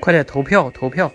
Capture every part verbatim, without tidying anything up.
快点投票投票！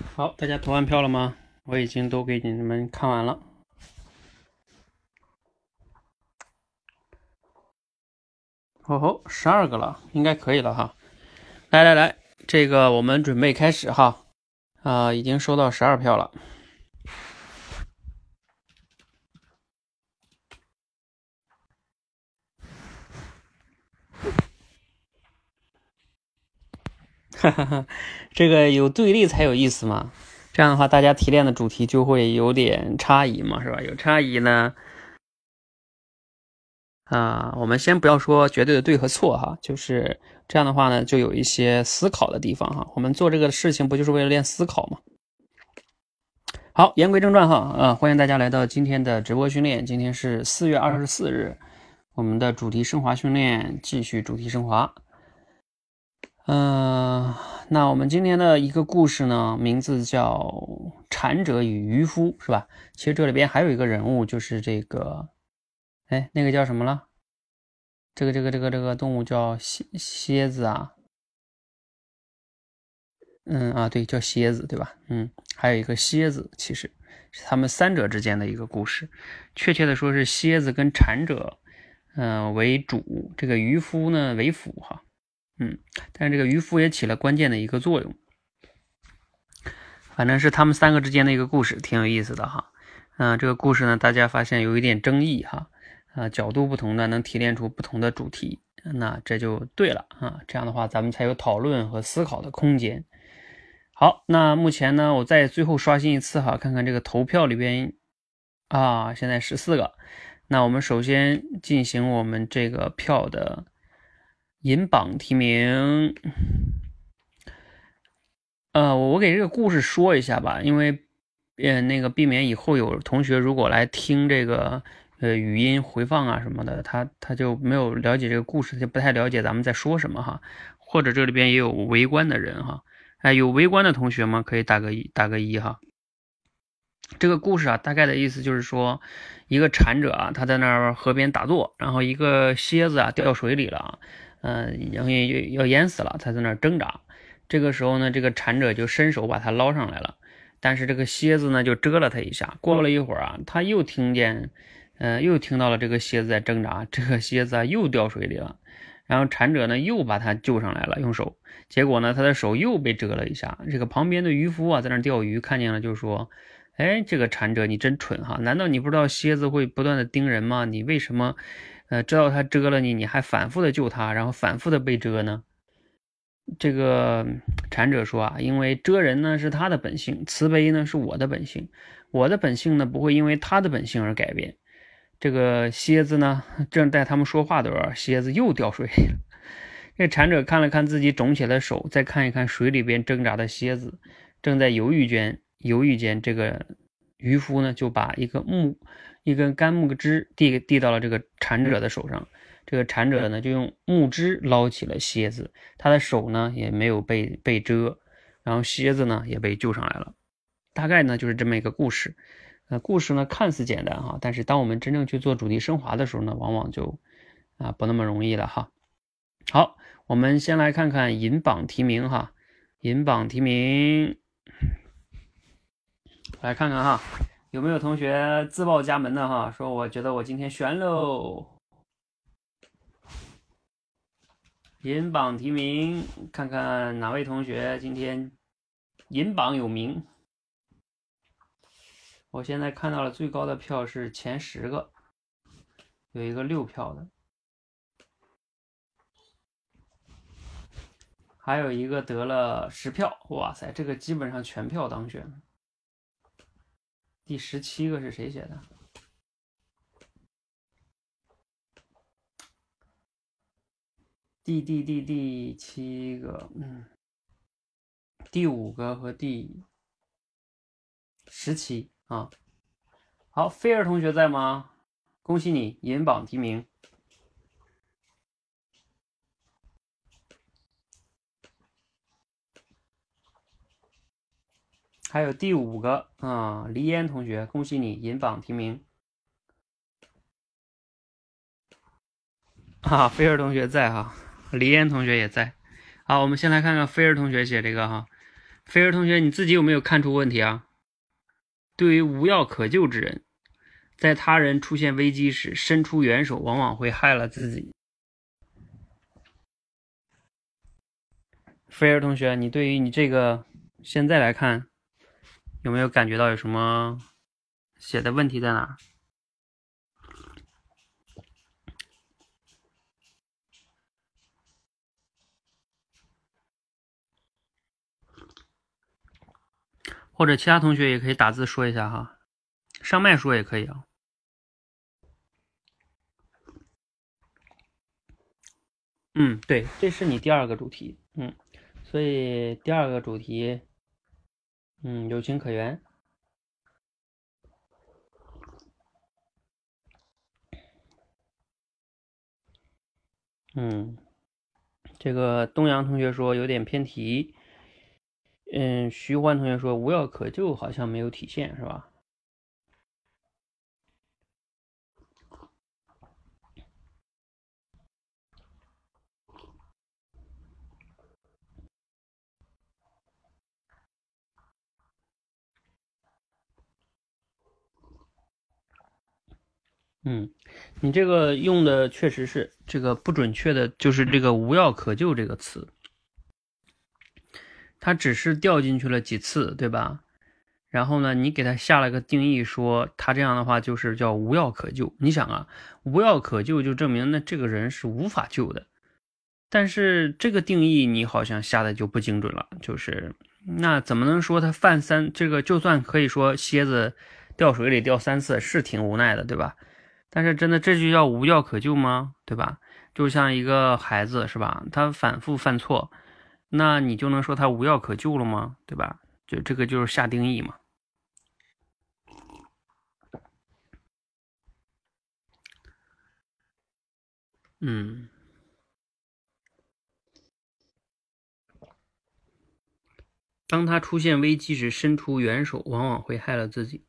好，大家投完票了吗？我已经都给你们看完了。哦吼，十二个了，应该可以了哈。来来来，这个我们准备开始哈。啊、呃，已经收到十二票了。哈哈哈，这个有对立才有意思嘛。这样的话，大家提炼的主题就会有点差异嘛，是吧？有差异呢，啊、呃，我们先不要说绝对的对和错哈，就是这样的话呢，就有一些思考的地方哈。我们做这个事情不就是为了练思考吗？好，言归正传哈，啊，欢迎大家来到今天的直播训练。今天是四月二十四日，我们的主题升华训练继续主题升华。嗯、呃，那我们今天的一个故事呢，名字叫禅者与渔夫，是吧？其实这里边还有一个人物，就是这个，哎，那个叫什么了？这个这个这个这个动物叫蝎蝎子啊。嗯啊，对，叫蝎子，对吧？嗯，还有一个蝎子，其实是他们三者之间的一个故事。确切的说是蝎子跟禅者，嗯、呃、为主，这个渔夫呢为辅哈。嗯，但是这个渔夫也起了关键的一个作用。反正是他们三个之间的一个故事，挺有意思的哈。嗯、呃，这个故事呢，大家发现有一点争议哈。啊、呃，角度不同的能提炼出不同的主题，那这就对了啊。这样的话，咱们才有讨论和思考的空间。好，那目前呢，我再最后刷新一次哈，看看这个投票里边啊，现在十四个。那我们首先进行我们这个票的引榜提名。呃，我给这个故事说一下吧，因为呃那个避免以后有同学如果来听这个呃语音回放啊什么的，他他就没有了解这个故事，他就不太了解咱们在说什么哈。或者这里边也有围观的人哈。哎，有围观的同学吗？可以打个一，打个一哈。这个故事啊，大概的意思就是说，一个禅者啊，他在那儿河边打坐，然后一个蝎子啊掉水里了，嗯、呃，然后要淹死了，他在那儿挣扎。这个时候呢，这个禅者就伸手把他捞上来了，但是这个蝎子呢就蛰了他一下。过了一会儿啊，他又听见，呃，又听到了这个蝎子在挣扎，这个蝎子啊又掉水里了。然后禅者呢又把他救上来了，用手，结果呢他的手又被蛰了一下。这个旁边的渔夫啊在那钓鱼，看见了就说：“哎，这个禅者你真蠢哈！难道你不知道蝎子会不断的叮人吗？你为什么，呃，知道它蛰了你，你还反复的救它，然后反复的被蛰呢？”这个禅者说啊，因为蛰人呢是他的本性，慈悲呢是我的本性，我的本性呢不会因为他的本性而改变。这个蝎子呢，正在他们说话的时候，蝎子又掉水里了。这禅者看了看自己肿起来的手，再看一看水里边挣扎的蝎子，正在犹豫间，犹豫间，这个渔夫呢就把一个木，一根干木枝递递到了这个禅者的手上。这个禅者呢就用木枝捞起了蝎子，他的手呢也没有被被蛰，然后蝎子呢也被救上来了。大概呢就是这么一个故事。呃，故事呢看似简单哈，但是当我们真正去做主题升华的时候呢，往往就啊不那么容易了哈。好，我们先来看看引榜提名哈，引榜提名，来看看哈，有没有同学自报家门的哈，说我觉得我今天悬喽。引榜提名，看看哪位同学今天引榜有名。我现在看到了最高的票是前十个，有一个六票的，还有一个得了十票。哇塞，这个基本上全票当选。第十七个是谁写的？第第第第七个，嗯，第五个和第十七啊。好，菲尔同学在吗？恭喜你引榜提名。还有第五个啊，黎烟同学，恭喜你引榜提名。啊，菲尔同学在哈，黎烟同学也在。好，我们先来看看菲尔同学写这个哈， 菲儿同学，你自己有没有看出问题啊？对于无药可救之人，在他人出现危机时伸出援手，往往会害了自己。菲儿同学，你对于你这个现在来看，有没有感觉到有什么写的问题在哪？或者其他同学也可以打字说一下哈，上麦说也可以啊。嗯，对，这是你第二个主题，嗯，所以第二个主题，嗯，有情可原。嗯，这个东阳同学说有点偏题，嗯，徐欢同学说无药可救好像没有体现，是吧？嗯，你这个用的确实是这个不准确的，就是这个无药可救这个词，它只是掉进去了几次，对吧？然后呢，你给它下了个定义，说它这样的话就是叫无药可救。你想啊，无药可救就证明那这个人是无法救的。但是这个定义你好像下的就不精准了，就是那怎么能说他犯三这个就算可以说蝎子掉水里掉三次是挺无奈的，对吧？但是真的这就叫无药可救吗？对吧？就像一个孩子是吧，他反复犯错，那你就能说他无药可救了吗？对吧？就这个就是下定义嘛。嗯，当他出现危机时伸出援手，往往会害了自己。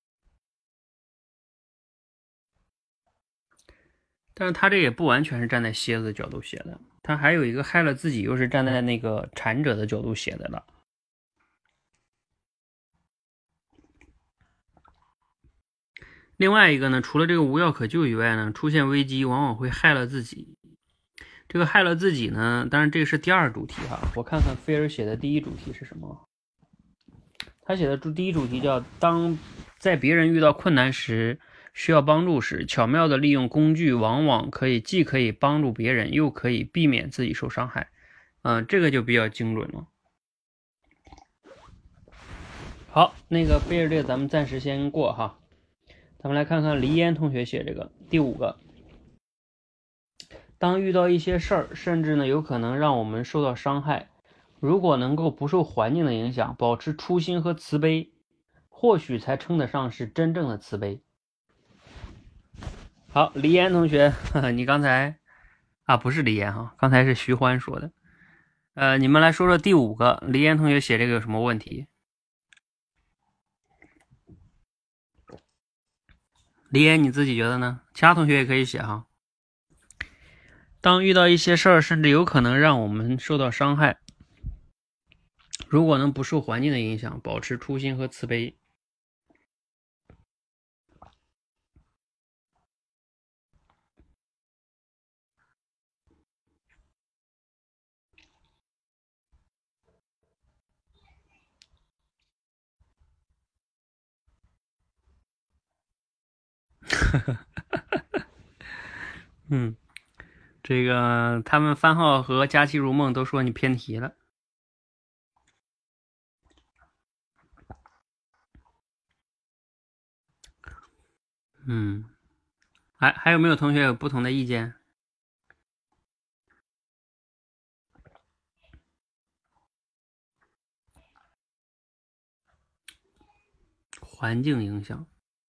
但是他这也不完全是站在蝎子的角度写的，他还有一个害了自己，又是站在那个禅者的角度写的了。另外一个呢，除了这个无药可救以外呢，出现危机往往会害了自己。这个害了自己呢，当然这个是第二主题哈。我看看菲尔写的第一主题是什么？他写的第一主题叫当在别人遇到困难时需要帮助时，巧妙的利用工具，往往可以既可以帮助别人，又可以避免自己受伤害。嗯、呃，这个就比较精准了。好，那个菲尔这个咱们暂时先过哈，咱们来看看黎烟同学写这个第五个。当遇到一些事儿，甚至呢有可能让我们受到伤害，如果能够不受环境的影响，保持初心和慈悲，或许才称得上是真正的慈悲。好，黎岩同学，呵呵，你刚才啊不是黎岩哈，刚才是徐欢说的。呃，你们来说说第五个，黎岩同学写这个有什么问题？黎岩你自己觉得呢？其他同学也可以写哈。当遇到一些事儿，甚至有可能让我们受到伤害，如果能不受环境的影响，保持初心和慈悲。嗯，这个他们番号和佳期如梦都说你偏题了。嗯，还还有没有同学有不同的意见？环境影响。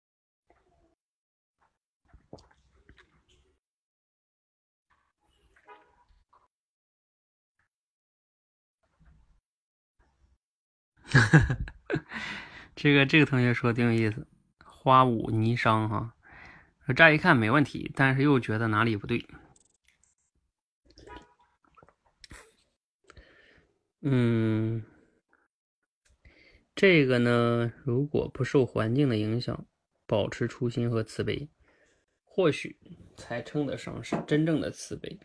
这个这个同学说挺有意思，花舞霓裳哈，乍一看没问题，但是又觉得哪里不对。嗯， 这个呢，如果不受环境的影响，保持初心和慈悲，或许才称得上是真正的慈悲。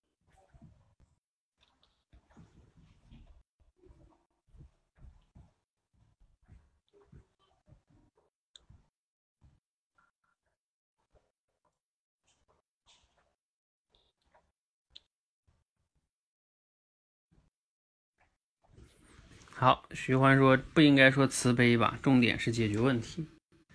好，徐欢说不应该说慈悲吧，重点是解决问题。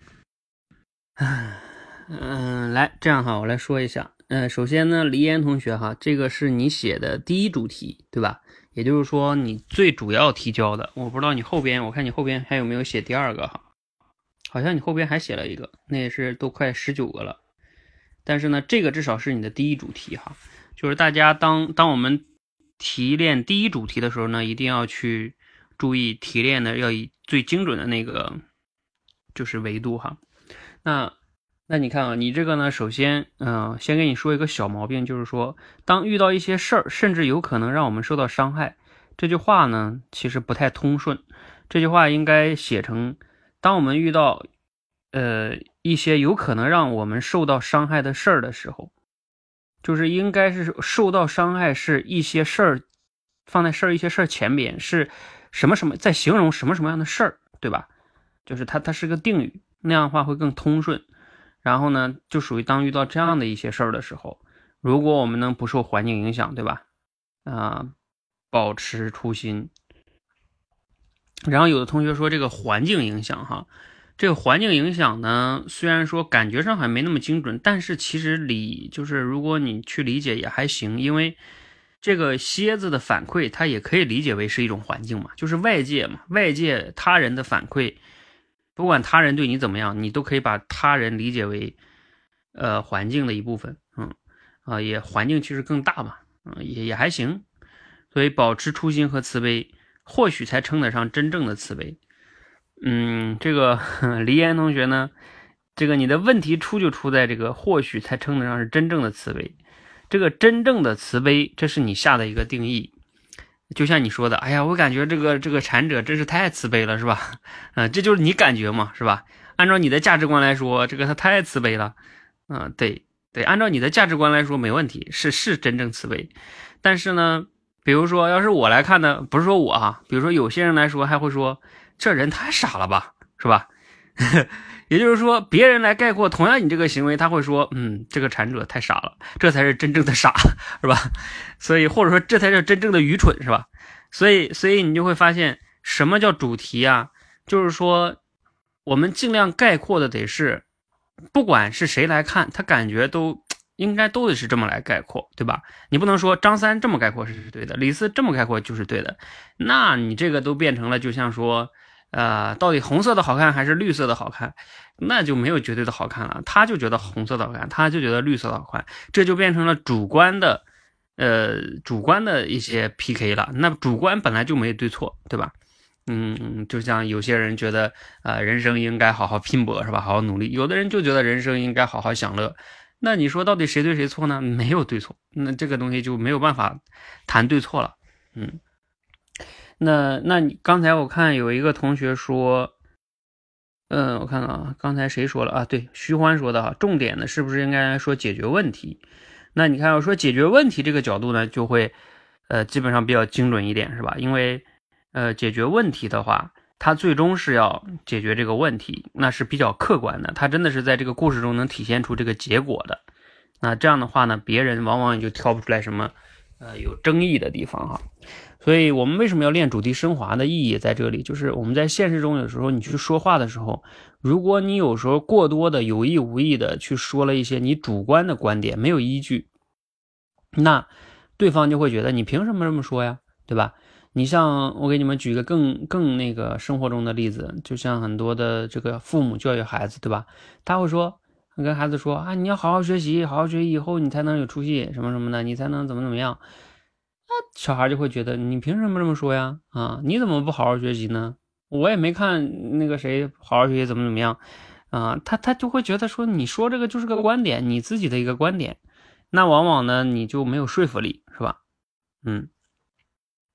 嗯，来这样哈，我来说一下。嗯、呃，首先呢，黎岩同学哈，这个是你写的第一主题，对吧？也就是说你最主要提交的。我不知道你后边，我看你后边还有没有写第二个哈？好像你后边还写了一个，那也是都快十九个了。但是呢，这个至少是你的第一主题哈，就是大家当当我们提炼第一主题的时候呢，一定要去注意提炼的要以最精准的那个就是维度哈。那那你看啊，你这个呢，首先嗯、呃，先跟你说一个小毛病，就是说当遇到一些事儿，甚至有可能让我们受到伤害，这句话呢其实不太通顺。这句话应该写成当我们遇到呃一些有可能让我们受到伤害的事儿的时候，就是应该是受到伤害是一些事儿放在事儿一些事儿前边，是什么什么在形容什么什么样的事儿，对吧？就是它它是个定语，那样的话会更通顺。然后呢，就属于当遇到这样的一些事儿的时候，如果我们能不受环境影响，对吧？啊、呃，保持初心。然后有的同学说这个环境影响哈，这个环境影响呢，虽然说感觉上还没那么精准，但是其实理就是如果你去理解也还行，因为这个蝎子的反馈它也可以理解为是一种环境嘛，就是外界嘛，外界他人的反馈，不管他人对你怎么样，你都可以把他人理解为呃环境的一部分，嗯啊、呃、也环境其实更大嘛，嗯、呃、也也还行，所以保持初心和慈悲。或许才称得上真正的慈悲。嗯，这个黎岩同学呢，这个你的问题出就出在这个或许才称得上是真正的慈悲。这个真正的慈悲，这是你下的一个定义。就像你说的，哎呀，我感觉这个这个禅者真是太慈悲了，是吧？嗯、呃，这就是你感觉嘛，是吧？按照你的价值观来说，这个他太慈悲了。嗯、呃，对对，按照你的价值观来说没问题，是是真正慈悲。但是呢，比如说，要是我来看呢，不是说我啊，比如说有些人来说，还会说这人太傻了吧，是吧？也就是说，别人来概括同样你这个行为，他会说，嗯，这个禅者太傻了，这才是真正的傻，是吧？所以或者说这才是真正的愚蠢，是吧？所以，所以你就会发现，什么叫主题啊？就是说，我们尽量概括的得是，不管是谁来看，他感觉都。应该都得是这么来概括，对吧？你不能说张三这么概括是对的，李四这么概括就是对的，那你这个都变成了就像说，呃，到底红色的好看还是绿色的好看，那就没有绝对的好看了。他就觉得红色的好看，他就觉得绿色的好看，这就变成了主观的，呃，主观的一些 P K 了。那主观本来就没对错，对吧？嗯，就像有些人觉得，呃，人生应该好好拼搏，是吧？好好努力。有的人就觉得人生应该好好享乐。那你说到底谁对谁错呢？没有对错，那这个东西就没有办法谈对错了。嗯，那那你刚才我看有一个同学说，嗯，我看看啊，刚才谁说了啊？对，徐欢说的哈，重点呢是不是应该说解决问题？那你看我说解决问题这个角度呢，就会呃基本上比较精准一点，是吧？因为呃解决问题的话。他最终是要解决这个问题，那是比较客观的，他真的是在这个故事中能体现出这个结果的。那这样的话呢，别人往往也就挑不出来什么呃有争议的地方哈。所以我们为什么要练主题升华的意义在这里，就是我们在现实中有时候你去说话的时候，如果你有时候过多的有意无意的去说了一些你主观的观点，没有依据，那对方就会觉得你凭什么这么说呀，对吧？你像我给你们举个更更那个生活中的例子，就像很多的这个父母教育孩子，对吧？他会说跟孩子说啊，你要好好学习，好好学习以后你才能有出息，什么什么的，你才能怎么怎么样。那小孩就会觉得你凭什么这么说呀？啊，你怎么不好好学习呢？我也没看那个谁好好学习怎么怎么样啊，他他就会觉得说你说这个就是个观点，你自己的一个观点，那往往呢你就没有说服力，是吧？嗯。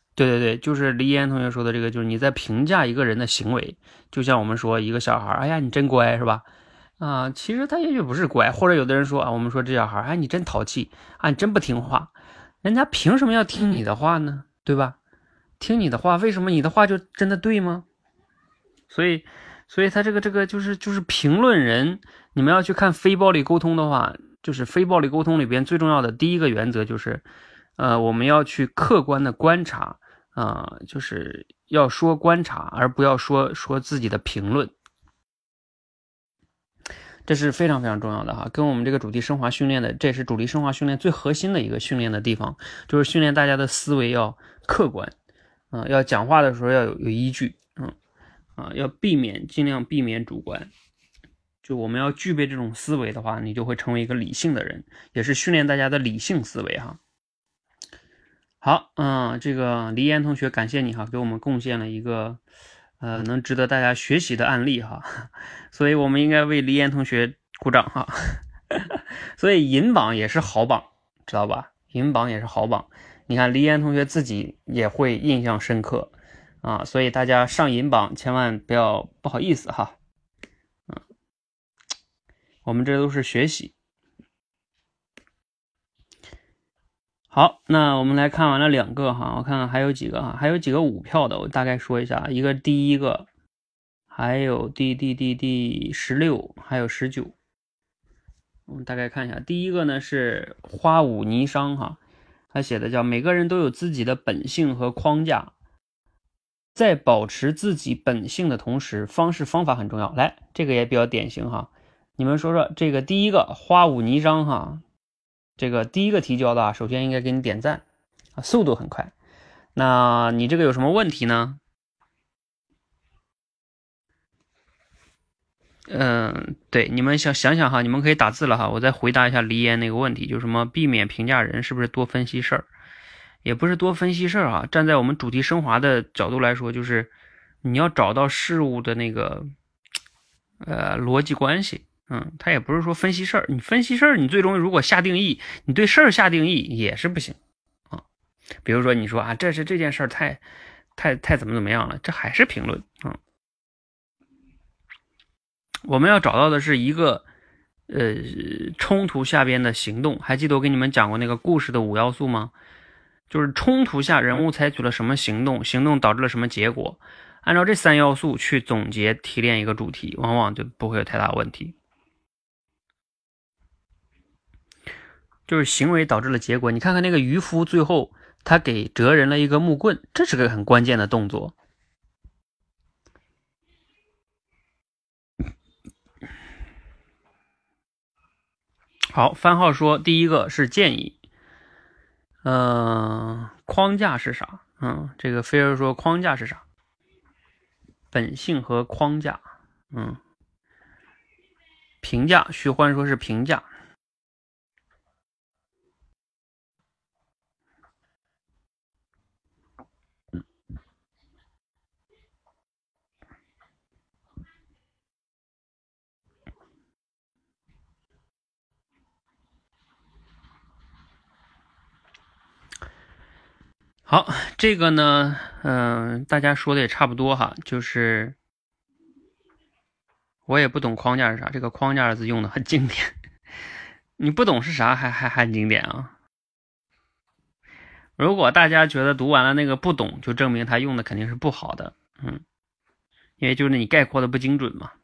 对对对，就是李岩同学说的这个，就是你在评价一个人的行为，就像我们说一个小孩，哎呀，你真乖，是吧？啊，其实他也许不是乖，或者有的人说啊，我们说这小孩，哎，你真淘气啊，你真不听话，人家凭什么要听你的话呢？对吧？听你的话，为什么你的话就真的对吗？所以，所以他这个这个就是就是评论人，你们要去看非暴力沟通的话，就是非暴力沟通里边最重要的第一个原则就是，呃，我们要去客观的观察啊、呃，就是要说观察，而不要说说自己的评论。这是非常非常重要的哈，跟我们这个主题升华训练的，这是主题升华训练最核心的一个训练的地方，就是训练大家的思维要客观，啊、呃，要讲话的时候要有有依据，嗯，啊，要避免尽量避免主观，就我们要具备这种思维的话，你就会成为一个理性的人，也是训练大家的理性思维哈。好，嗯，这个黎岩同学，感谢你哈，给我们贡献了一个。呃，能值得大家学习的案例哈，所以我们应该为黎岩同学鼓掌哈。所以银榜也是好榜，知道吧？银榜也是好榜。你看黎岩同学自己也会印象深刻啊，所以大家上银榜千万不要不好意思哈。嗯，我们这都是学习。好，那我们来看完了两个哈，我看看还有几个哈，还有几个五票的，我大概说一下，一个第一个，还有第第第第十六，还有十九，我们大概看一下，第一个呢是花舞霓裳哈，他写的叫每个人都有自己的本性和框架，在保持自己本性的同时，方式方法很重要。来，这个也比较典型哈，你们说说这个第一个花舞霓裳哈。这个第一个提交的啊，首先应该给你点赞啊，速度很快。那你这个有什么问题呢？嗯、呃，对，你们想想想哈，你们可以打字了哈，我再回答一下黎岩那个问题，就是什么避免评价人是不是多分析事儿？也不是多分析事儿哈，站在我们主题升华的角度来说，就是你要找到事物的那个呃逻辑关系。嗯，他也不是说分析事儿，你分析事儿，你最终如果下定义，你对事儿下定义也是不行啊。比如说你说啊，这是这件事儿太太太怎么怎么样了，这还是评论啊。我们要找到的是一个呃冲突下边的行动。还记得我给你们讲过那个故事的五要素吗？就是冲突下人物采取了什么行动，行动导致了什么结果，按照这三要素去总结提炼一个主题，往往就不会有太大问题。就是行为导致了结果，你看看那个渔夫最后他给哲人了一个木棍，这是个很关键的动作。好，番号说第一个是建议，嗯、呃，框架是啥？嗯，这个菲儿说框架是啥？本性和框架，嗯，评价，徐欢说是评价。好，这个呢，嗯、呃，大家说的也差不多哈，就是我也不懂框架是啥，这个框架字用的很经典，你不懂是啥还还还经典啊？如果大家觉得读完了那个不懂，就证明他用的肯定是不好的，嗯，因为就是你概括的不精准嘛。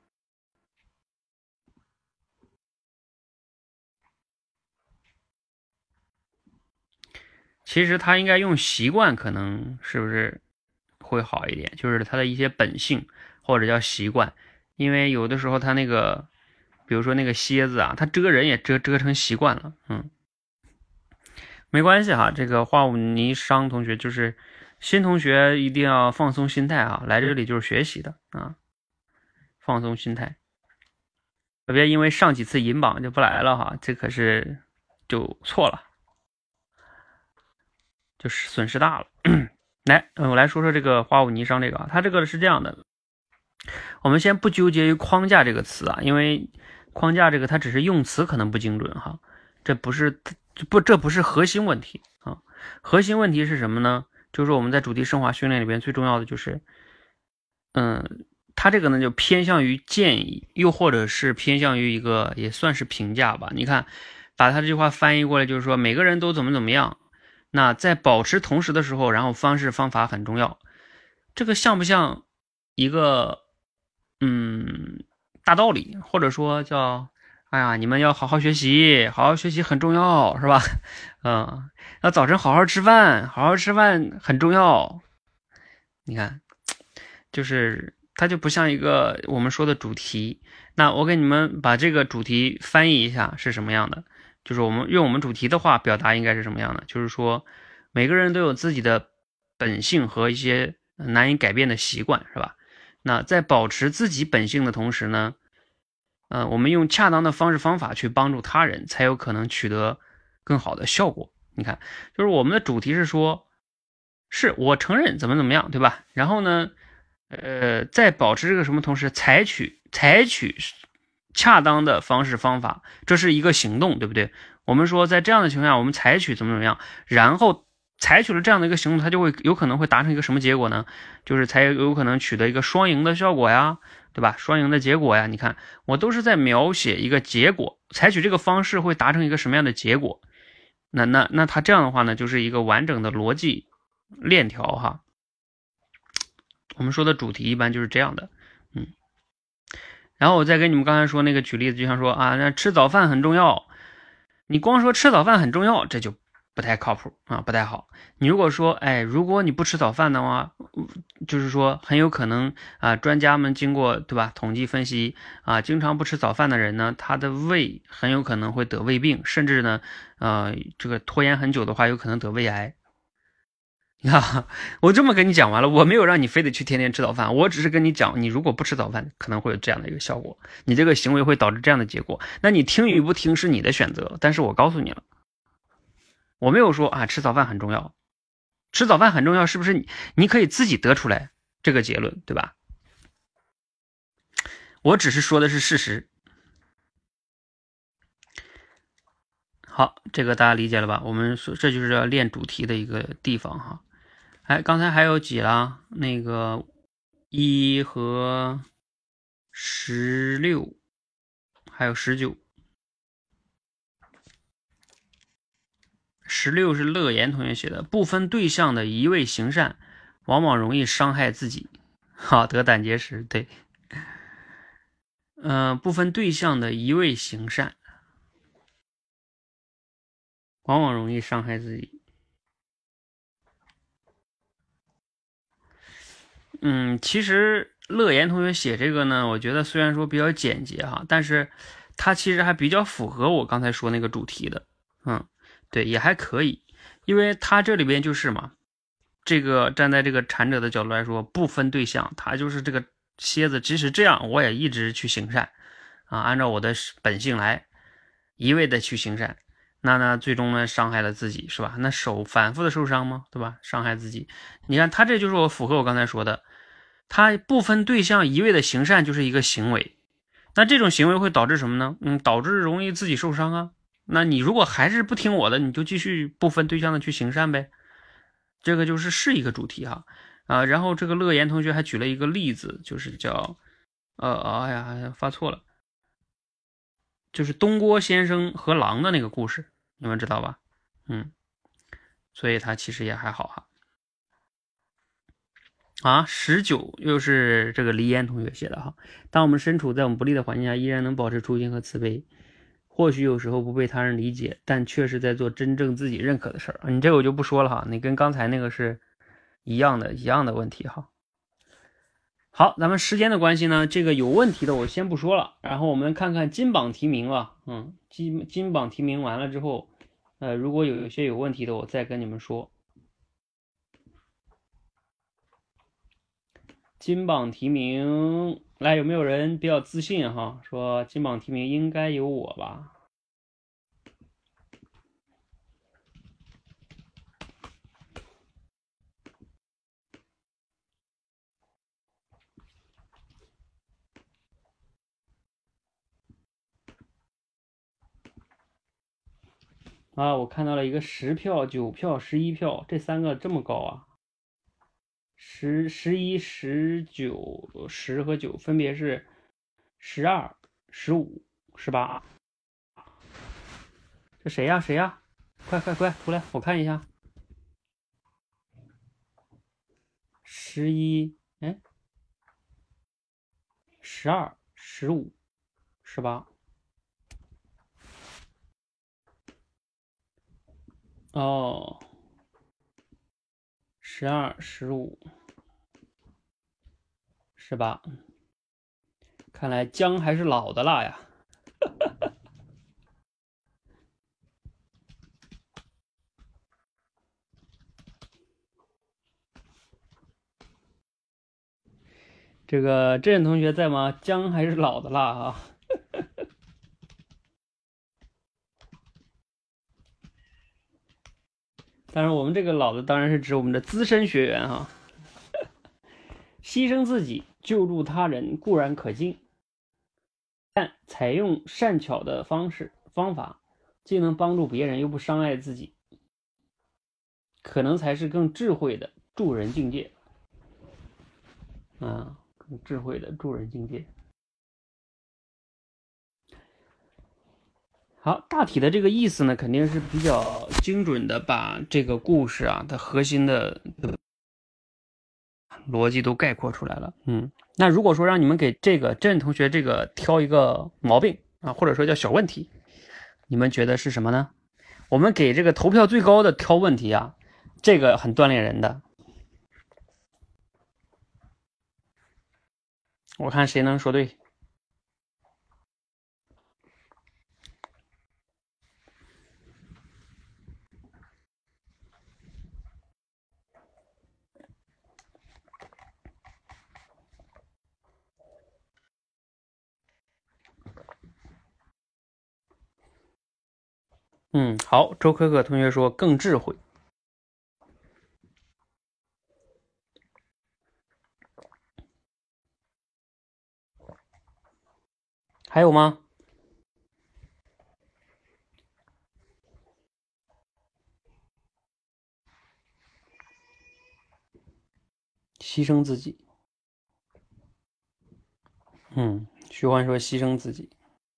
其实他应该用习惯，可能是不是会好一点？就是他的一些本性或者叫习惯，因为有的时候他那个，比如说那个蝎子啊，他蛰人也蛰蛰成习惯了，嗯，没关系哈。这个花舞霓裳同学就是新同学，一定要放松心态啊，来这里就是学习的啊，放松心态，别因为上几次银榜就不来了哈，这可是就错了。就是损失大了。来，我来说说这个花舞霓裳这个啊，它这个是这样的，我们先不纠结于框架这个词啊，因为框架这个它只是用词可能不精准哈，这不是不这不是核心问题啊，核心问题是什么呢？ 就是说我们在主题升华训练里边最重要的就是，嗯，它这个呢就偏向于建议，又或者是偏向于一个也算是评价吧。你看，把他这句话翻译过来就是说每个人都怎么怎么样，那在保持同时的时候，然后方式方法很重要。这个像不像一个嗯大道理，或者说叫哎呀，你们要好好学习，好好学习很重要，是吧？嗯，要早晨好好吃饭，好好吃饭很重要。你看，就是它就不像一个我们说的主题。那我给你们把这个主题翻译一下是什么样的？就是我们用我们主题的话表达应该是什么样的？就是说，每个人都有自己的本性和一些难以改变的习惯，是吧？那在保持自己本性的同时呢，呃，我们用恰当的方式方法去帮助他人，才有可能取得更好的效果。你看，就是我们的主题是说，是我承认怎么怎么样，对吧？然后呢，呃，在保持这个什么同时，采取采取恰当的方式方法，这是一个行动，对不对？我们说在这样的情况下，我们采取怎么怎么样，然后采取了这样的一个行动，它就会有可能会达成一个什么结果呢？就是才有可能取得一个双赢的效果呀，对吧？双赢的结果呀，你看我都是在描写一个结果，采取这个方式会达成一个什么样的结果？那那那它这样的话呢，就是一个完整的逻辑链条哈。我们说的主题一般就是这样的，嗯。然后我再跟你们刚才说那个举例子，就像说啊，那吃早饭很重要，你光说吃早饭很重要，这就不太靠谱啊，不太好。你如果说，哎，如果你不吃早饭的话，就是说很有可能啊，专家们经过对吧统计分析啊，经常不吃早饭的人呢，他的胃很有可能会得胃病，甚至呢，呃，这个拖延很久的话，有可能得胃癌。啊，我这么跟你讲完了，我没有让你非得去天天吃早饭，我只是跟你讲，你如果不吃早饭，可能会有这样的一个效果，你这个行为会导致这样的结果。那你听与不听是你的选择，但是我告诉你了，我没有说啊吃早饭很重要，吃早饭很重要，是不是你你可以自己得出来这个结论，对吧？我只是说的是事实。好，这个大家理解了吧？我们说这就是要练主题的一个地方哈。哎，刚才还有几啦？那个一和十六，还有十九。十六是乐言同学写的，不分对象的一味行善，往往容易伤害自己。好，得胆结石，对。嗯、呃，不分对象的一味行善，往往容易伤害自己。嗯，其实乐言同学写这个呢，我觉得虽然说比较简洁哈，但是他其实还比较符合我刚才说那个主题的。嗯，对，也还可以，因为他这里边就是嘛，这个站在这个禅者的角度来说，不分对象，他就是这个蝎子，即使这样，我也一直去行善啊，按照我的本性来，一味的去行善。那呢，最终呢，伤害了自己，是吧？那手反复的受伤吗？对吧？伤害自己。你看他这就是我符合我刚才说的，他不分对象，一味的行善就是一个行为。那这种行为会导致什么呢？嗯，导致容易自己受伤啊。那你如果还是不听我的，你就继续不分对象的去行善呗。这个就是是一个主题哈啊。然后这个乐言同学还举了一个例子，就是叫呃，哎呀，发错了。就是东郭先生和狼的那个故事，你们知道吧？嗯，所以他其实也还好哈。啊，十九又是这个黎烟同学写的哈。当我们身处在我们不利的环境下，依然能保持初心和慈悲，或许有时候不被他人理解，但确实在做真正自己认可的事儿。你这个我就不说了哈，你跟刚才那个是一样的，一样的问题哈。好，咱们时间的关系呢，这个有问题的我先不说了，然后我们看看金榜题名啊，嗯，金金榜题名完了之后，呃，如果有一些有问题的，我再跟你们说。金榜题名，来，有没有人比较自信哈？说金榜题名应该有我吧？啊，我看到了一个十票、九票、十一票，这三个这么高啊！ 十、十一、十九、十和九分别是十二、十五、十八。这谁呀？谁呀？快快快，出来，我看一下。十一，哎，十二、十五、十八。哦，十二、十五、十八。看来姜还是老的辣呀。这个这任同学在吗？姜还是老的辣啊。当然，我们这个老的当然是指我们的资深学员哈。牺牲自己救助他人固然可敬，但采用善巧的方式方法，既能帮助别人又不伤害自己，可能才是更智慧的助人境界。啊，更智慧的助人境界。好，大体的这个意思呢，肯定是比较精准的把这个故事啊的核心的逻辑都概括出来了。嗯，那如果说让你们给这个郑同学这个挑一个毛病啊，或者说叫小问题，你们觉得是什么呢？我们给这个投票最高的挑问题啊，这个很锻炼人的。我看谁能说对。嗯，好，周可可同学说更智慧。还有吗？牺牲自己。嗯，徐欢说牺牲自己。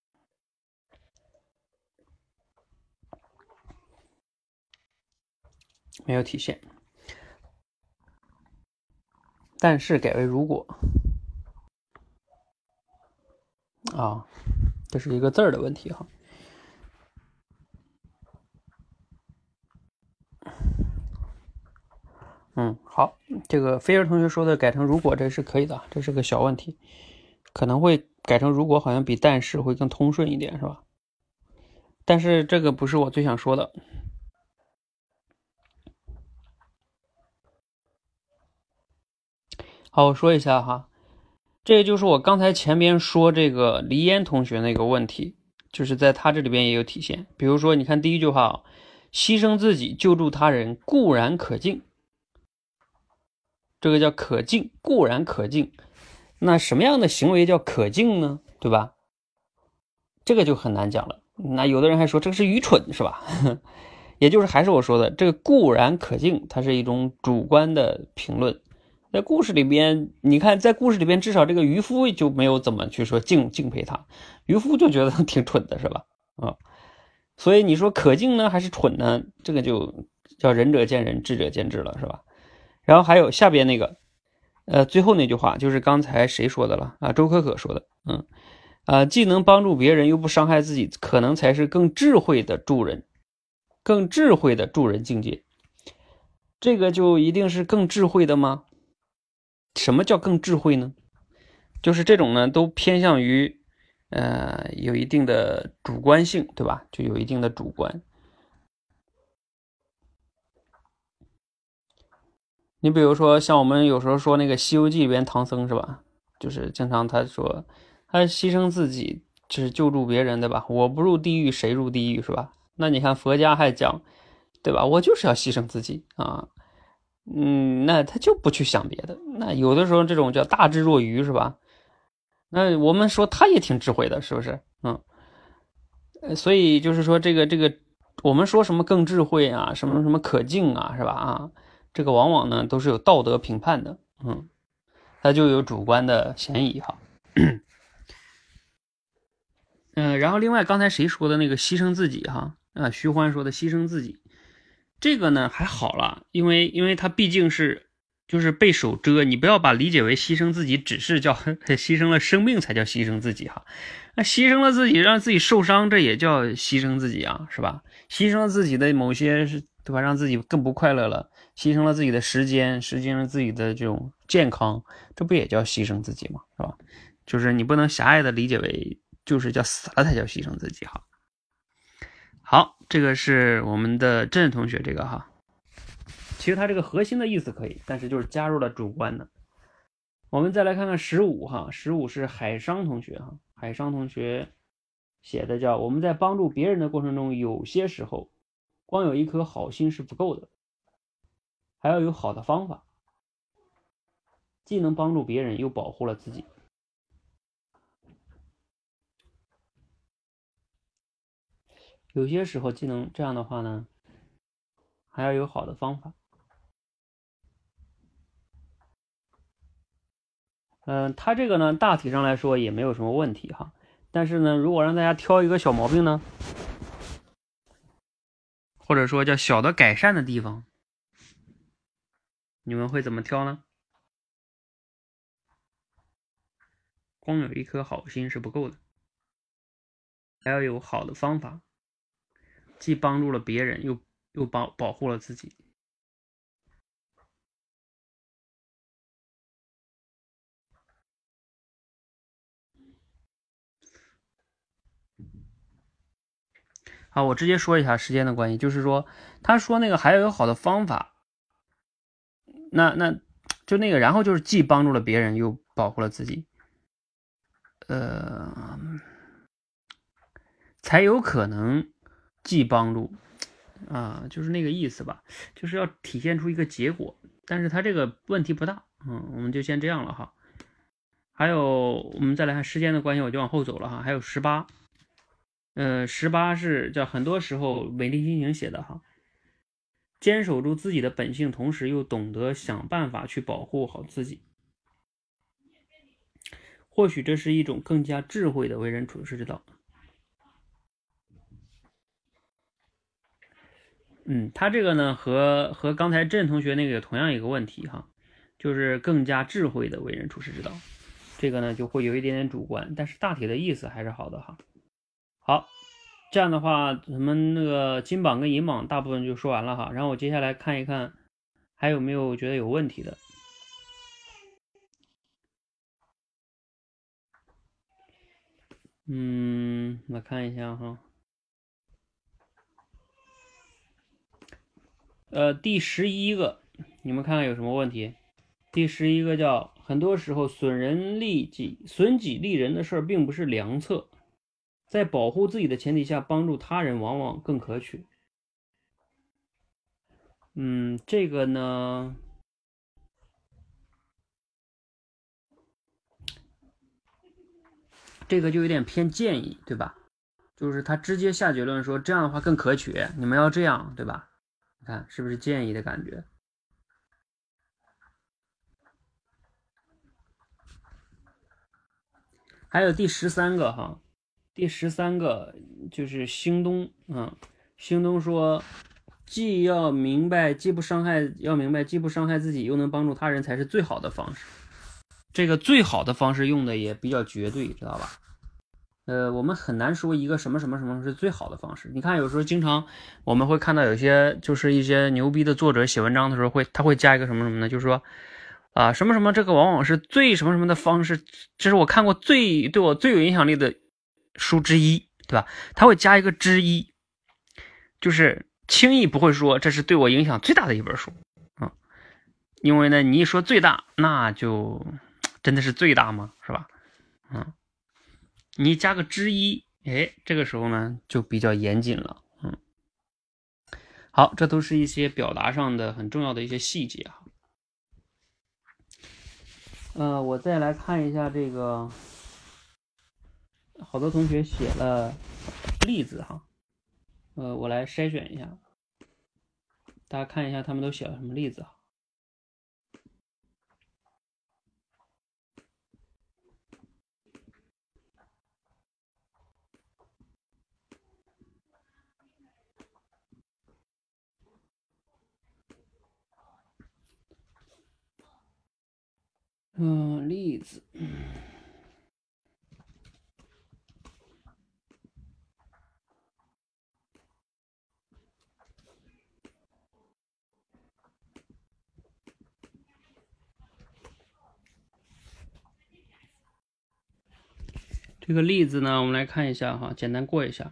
没有体现。但是改为如果啊，这是一个字儿的问题哈。嗯，好，这个菲儿同学说的改成如果，这是可以的，这是个小问题，可能会改成如果，好像比但是会更通顺一点，是吧？但是这个不是我最想说的。好，我说一下哈，这个就是我刚才前边说这个黎烟同学那个问题，就是在他这里边也有体现。比如说，你看第一句话啊，牺牲自己救助他人固然可敬，这个叫可敬，固然可敬。那什么样的行为叫可敬呢？对吧？这个就很难讲了。那有的人还说这个是愚蠢，是吧？也就是还是我说的，这个固然可敬，它是一种主观的评论。在故事里边，你看在故事里边，至少这个渔夫就没有怎么去说敬敬佩他，渔夫就觉得挺蠢的，是吧？啊，所以你说可敬呢还是蠢呢？这个就叫仁者见仁，智者见智了，是吧？然后还有下边那个，呃，最后那句话就是刚才谁说的了啊？周可可说的，嗯，啊，既能帮助别人又不伤害自己，可能才是更智慧的助人，更智慧的助人境界。这个就一定是更智慧的吗？什么叫更智慧呢？就是这种呢，都偏向于，呃，有一定的主观性，对吧？就有一定的主观。你比如说，像我们有时候说那个《西游记》里边唐僧是吧？就是经常他说，他牺牲自己，就是救助别人，对吧？我不入地狱，谁入地狱，是吧？那你看佛家还讲，对吧？我就是要牺牲自己啊。嗯，那他就不去想别的。那有的时候这种叫大智若愚，是吧？那我们说他也挺智慧的，是不是？嗯，所以就是说这个这个，我们说什么更智慧啊，什么什么可敬啊，是吧？啊， 这个往往呢都是有道德评判的，嗯，它就有主观的嫌疑哈。嗯、呃，然后另外刚才谁说的那个牺牲自己哈，啊，徐欢说的牺牲自己，这个呢还好了，因为因为他毕竟是就是被手遮，你不要把理解为牺牲自己只是叫牺牲了生命才叫牺牲自己哈，那牺牲了自己让自己受伤，这也叫牺牲自己啊，是吧？牺牲了自己的某些对吧，让自己更不快乐了，牺牲了自己的时间，牺牲了自己的这种健康，这不也叫牺牲自己吗？是吧？就是你不能狭隘的理解为就是叫死了才叫牺牲自己哈。好，这个是我们的郑同学这个哈，其实它这个核心的意思可以，但是就是加入了主观的。我们再来看看十五哈，十五是海商同学哈，海商同学写的叫我们在帮助别人的过程中，有些时候光有一颗好心是不够的，还要有好的方法，既能帮助别人又保护了自己。有些时候既能这样的话呢，还要有好的方法。嗯、呃，他这个呢大体上来说也没有什么问题哈，但是呢如果让大家挑一个小毛病呢，或者说叫小的改善的地方，你们会怎么挑呢？光有一颗好心是不够的，还要有好的方法，既帮助了别人又又保保护了自己。好，我直接说一下时间的关系，就是说他说那个还要有好的方法，那那就那个然后就是既帮助了别人又保护了自己，呃才有可能既帮助啊，就是那个意思吧，就是要体现出一个结果，但是他这个问题不大，嗯，我们就先这样了哈。还有我们再来看时间的关系，我就往后走了哈。还有十八，呃，十八是叫很多时候美丽心情写的哈，坚守住自己的本性，同时又懂得想办法去保护好自己。或许这是一种更加智慧的为人处事之道。嗯，他这个呢和和刚才郑同学那个有同样一个问题哈，就是更加智慧的为人处事之道。这个呢就会有一点点主观，但是大体的意思还是好的哈。好，这样的话，咱们那个金榜跟银榜大部分就说完了哈，然后我接下来看一看还有没有觉得有问题的。嗯，来看一下哈。呃，第十一个，你们看看有什么问题？第十一个叫很多时候损人利己、损己利人的事儿并不是良策，在保护自己的前提下，帮助他人往往更可取。嗯，这个呢，这个就有点偏建议，对吧？就是他直接下结论说这样的话更可取，你们要这样，对吧？你看是不是建议的感觉？还有第十三个哈，第十三个就是兴东，嗯，兴东说，既要明白，既不伤害，要明白，既不伤害自己，又能帮助他人，才是最好的方式。这个最好的方式用的也比较绝对，知道吧？呃，我们很难说一个什么什么什么是最好的方式。你看，有时候经常我们会看到有些就是一些牛逼的作者写文章的时候会，他会加一个什么什么呢？就是说。啊，什么什么，这个往往是最什么什么的方式，这是我看过最对我最有影响力的书之一，对吧？他会加一个之一，就是轻易不会说这是对我影响最大的一本书啊，因为呢，你一说最大，那就真的是最大吗？是吧？嗯，你加个之一，哎，这个时候呢就比较严谨了，嗯。好，这都是一些表达上的很重要的一些细节啊。呃，我再来看一下这个，好多同学写了例子哈，呃，我来筛选一下，大家看一下他们都写了什么例子哈。 嗯，例子，这个例子呢，我们来看一下哈，简单过一下。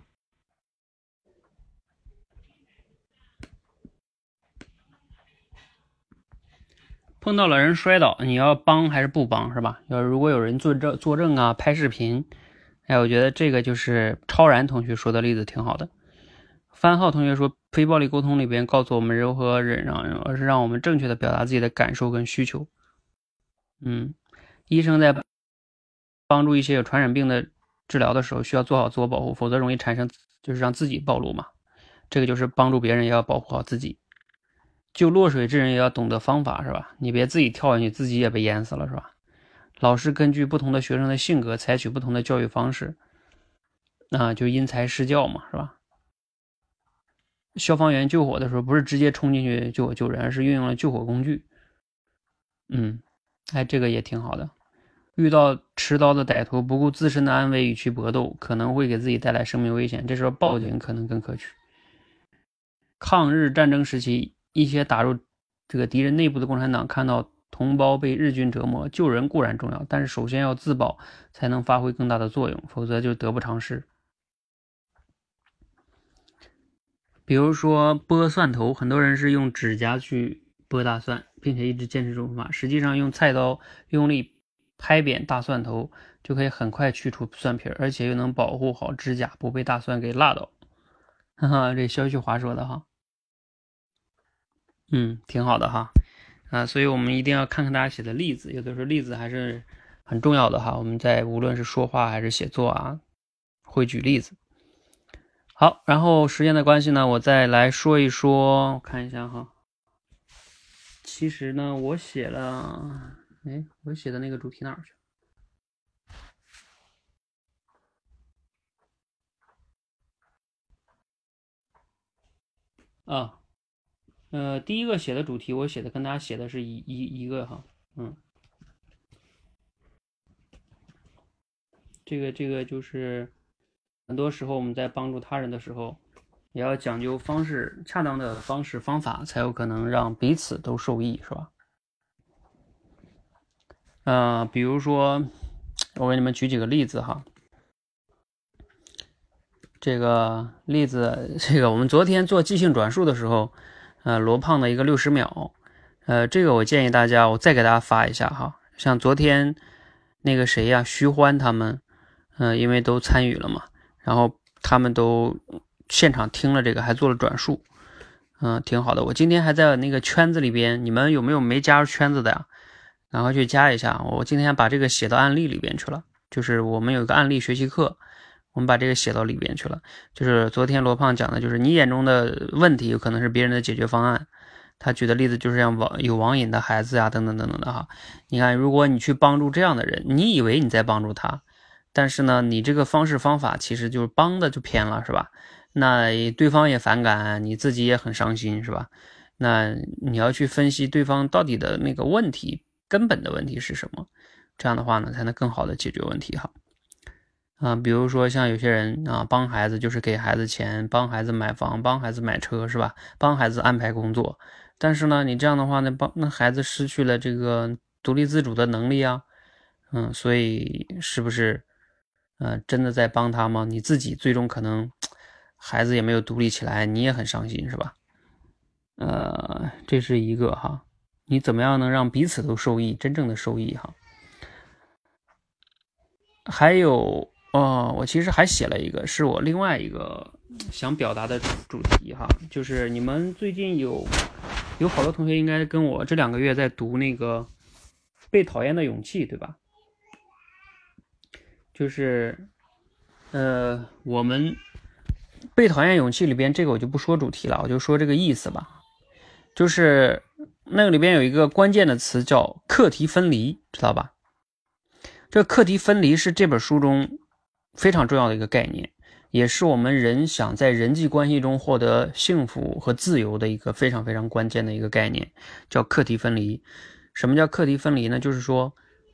碰到了人摔倒，你要帮还是不帮，是吧？要如果有人作证、作证啊，拍视频，哎，我觉得这个就是超然同学说的例子挺好的。番号同学说，非暴力沟通里边告诉我们如何忍让，而是让我们正确的表达自己的感受跟需求。嗯，医生在帮助一些有传染病的治疗的时候，需要做好自我保护，否则容易产生就是让自己暴露嘛。这个就是帮助别人也要保护好自己。救落水之人也要懂得方法，是吧？你别自己跳进去，自己也被淹死了，是吧？老师根据不同的学生的性格，采取不同的教育方式，啊，就因材施教嘛，是吧？消防员救火的时候，不是直接冲进去救火救人，而是运用了救火工具。嗯，哎，这个也挺好的。遇到持刀的歹徒，不顾自身的安危与其搏斗，可能会给自己带来生命危险，这时候报警可能更可取。抗日战争时期，一些打入这个敌人内部的共产党看到同胞被日军折磨，救人固然重要，但是首先要自保，才能发挥更大的作用，否则就得不偿失。比如说剥蒜头，很多人是用指甲去剥大蒜，并且一直坚持这种方法，实际上用菜刀用力拍扁大蒜头，就可以很快去除蒜皮，而且又能保护好指甲不被大蒜给辣到。哈哈，这肖旭华说的哈，嗯，挺好的哈。啊，所以我们一定要看看大家写的例子，有的时候例子还是很重要的哈。我们在无论是说话还是写作啊，会举例子。好，然后时间的关系呢，我再来说一说，我看一下哈。其实呢，我写了，哎，我写的那个主题哪儿去？啊，呃，第一个写的主题，我写的跟大家写的是一一一个哈，嗯，这个这个就是很多时候我们在帮助他人的时候，也要讲究方式，恰当的方式方法，才有可能让彼此都受益，是吧？呃，比如说，我给你们举几个例子哈。这个例子，这个我们昨天做即兴转述的时候，呃，罗胖的一个六十秒，呃，这个我建议大家，我再给大家发一下哈。像昨天那个谁呀、啊，徐欢他们，嗯、呃，因为都参与了嘛，然后他们都现场听了这个，还做了转述，嗯、呃，挺好的。我今天还在那个圈子里边，你们有没有没加入圈子的呀？然后去加一下。我今天把这个写到案例里边去了，就是我们有一个案例学习课。我们把这个写到里边去了，就是昨天罗胖讲的，就是你眼中的问题有可能是别人的解决方案。他举的例子就是像网有网瘾的孩子呀、啊，等等等等的哈。你看，如果你去帮助这样的人，你以为你在帮助他，但是呢，你这个方式方法其实就是帮的就偏了，是吧？那对方也反感，你自己也很伤心，是吧？那你要去分析对方到底的那个问题，根本的问题是什么？这样的话呢，才能更好的解决问题哈。啊，比如说像有些人啊，帮孩子就是给孩子钱，帮孩子买房，帮孩子买车，是吧？帮孩子安排工作，但是呢，你这样的话呢，帮那孩子失去了这个独立自主的能力啊，嗯，所以是不是，嗯、呃，真的在帮他吗？你自己最终可能孩子也没有独立起来，你也很伤心，是吧？呃，这是一个哈，你怎么样能让彼此都受益，真正的受益哈？还有。哦，我其实还写了一个，是我另外一个想表达的主题哈，就是你们最近有有好多同学应该跟我这两个月在读那个《被讨厌的勇气》，对吧？就是呃，我们《被讨厌勇气》里边这个我就不说主题了，我就说这个意思吧。就是那个里边有一个关键的词叫课题分离，知道吧？这个课题分离是这本书中非常重要的一个概念，也是我们人想在人际关系中获得幸福和自由的一个非常非常关键的一个概念，叫课题分离。什么叫课题分离呢？就是说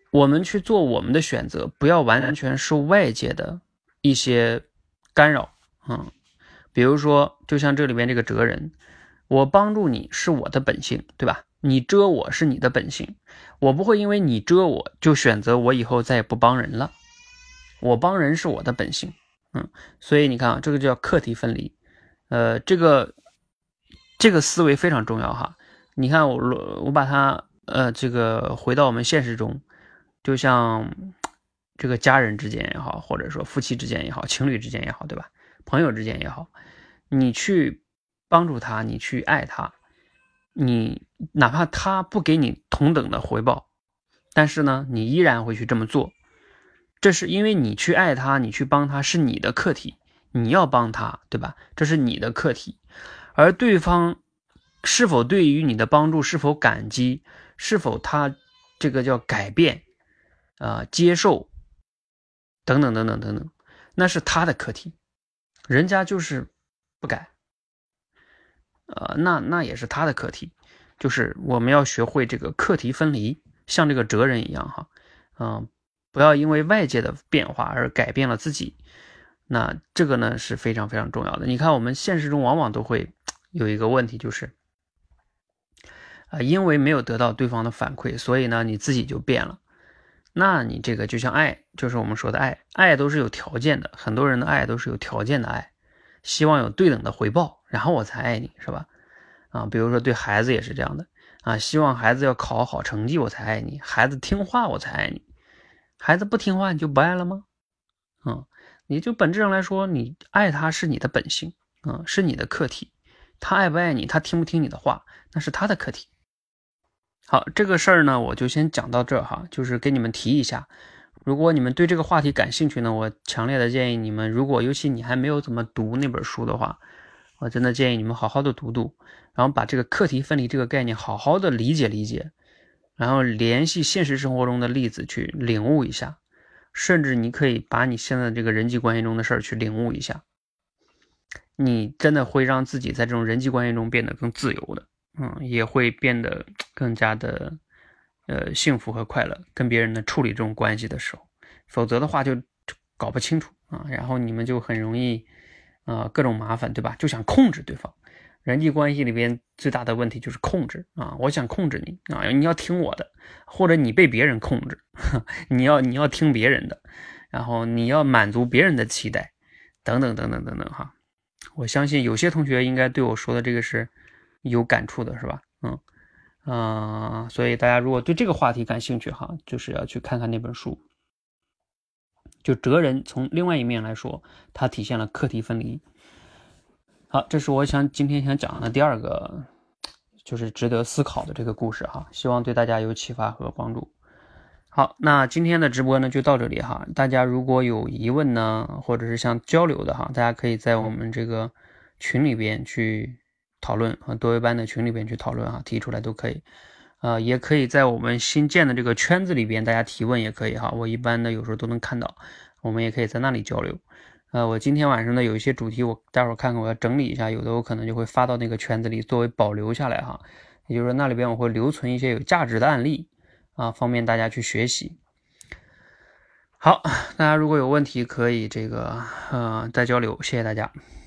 我们去做我们的选择，不要完全受外界的一些干扰。嗯，比如说就像这里面这个哲人，我帮助你是我的本性，对吧？你遮我是你的本性，我不会因为你遮我就选择我以后再也不帮人了。我帮人是我的本性。嗯，所以你看啊，这个叫课题分离。呃，这个这个思维非常重要哈。你看我我把它呃这个回到我们现实中，就像这个家人之间也好，或者说夫妻之间也好，情侣之间也好，对吧？朋友之间也好，你去帮助他，你去爱他，你哪怕他不给你同等的回报，但是呢，你依然会去这么做。这是因为你去爱他，你去帮他是你的课题，你要帮他，对吧？这是你的课题，而对方是否对于你的帮助是否感激，是否他这个叫改变啊、呃、接受等等等等等等，那是他的课题，人家就是不改，呃，那那也是他的课题，就是我们要学会这个课题分离，像这个哲人一样哈，嗯、呃，不要因为外界的变化而改变了自己，那这个呢是非常非常重要的。你看我们现实中往往都会有一个问题，就是啊、呃，因为没有得到对方的反馈，所以呢你自己就变了。那你这个就像爱，就是我们说的爱，爱都是有条件的，很多人的爱都是有条件的爱，希望有对等的回报，然后我才爱你，是吧？啊，比如说对孩子也是这样的啊，希望孩子要考好成绩我才爱你，孩子听话我才爱你，孩子不听话你就不爱了吗？嗯，你就本质上来说，你爱他是你的本性，嗯，是你的课题，他爱不爱你，他听不听你的话，那是他的课题。好，这个事儿呢，我就先讲到这儿哈，就是给你们提一下。如果你们对这个话题感兴趣呢，我强烈的建议你们，如果尤其你还没有怎么读那本书的话，我真的建议你们好好的读读，然后把这个课题分离这个概念好好的理解理解，然后联系现实生活中的例子去领悟一下，甚至你可以把你现在这个人际关系中的事儿去领悟一下，你真的会让自己在这种人际关系中变得更自由的。嗯，也会变得更加的呃幸福和快乐，跟别人的处理这种关系的时候，否则的话就搞不清楚啊，然后你们就很容易啊、呃、各种麻烦，对吧？就想控制对方，人际关系里边最大的问题就是控制啊，我想控制你啊，你要听我的，或者你被别人控制，你要你要听别人的，然后你要满足别人的期待，等等等等等等哈。我相信有些同学应该对我说的这个是有感触的，是吧？嗯，呃，所以大家如果对这个话题感兴趣哈，就是要去看看那本书。就哲人从另外一面来说，它体现了课题分离。好，这是我想今天想讲的第二个，就是值得思考的这个故事哈，希望对大家有启发和帮助。好，那今天的直播呢就到这里哈，大家如果有疑问呢，或者是想交流的哈，大家可以在我们这个群里边去讨论啊，多维班的群里边去讨论啊，提出来都可以，呃，也可以在我们新建的这个圈子里边，大家提问也可以哈，我一般的有时候都能看到，我们也可以在那里交流。呃，我今天晚上呢有一些主题，我待会儿看看我要整理一下，有的我可能就会发到那个圈子里作为保留下来哈，也就是说那里边我会留存一些有价值的案例啊，方便大家去学习。好，大家如果有问题可以这个呃再交流，谢谢大家。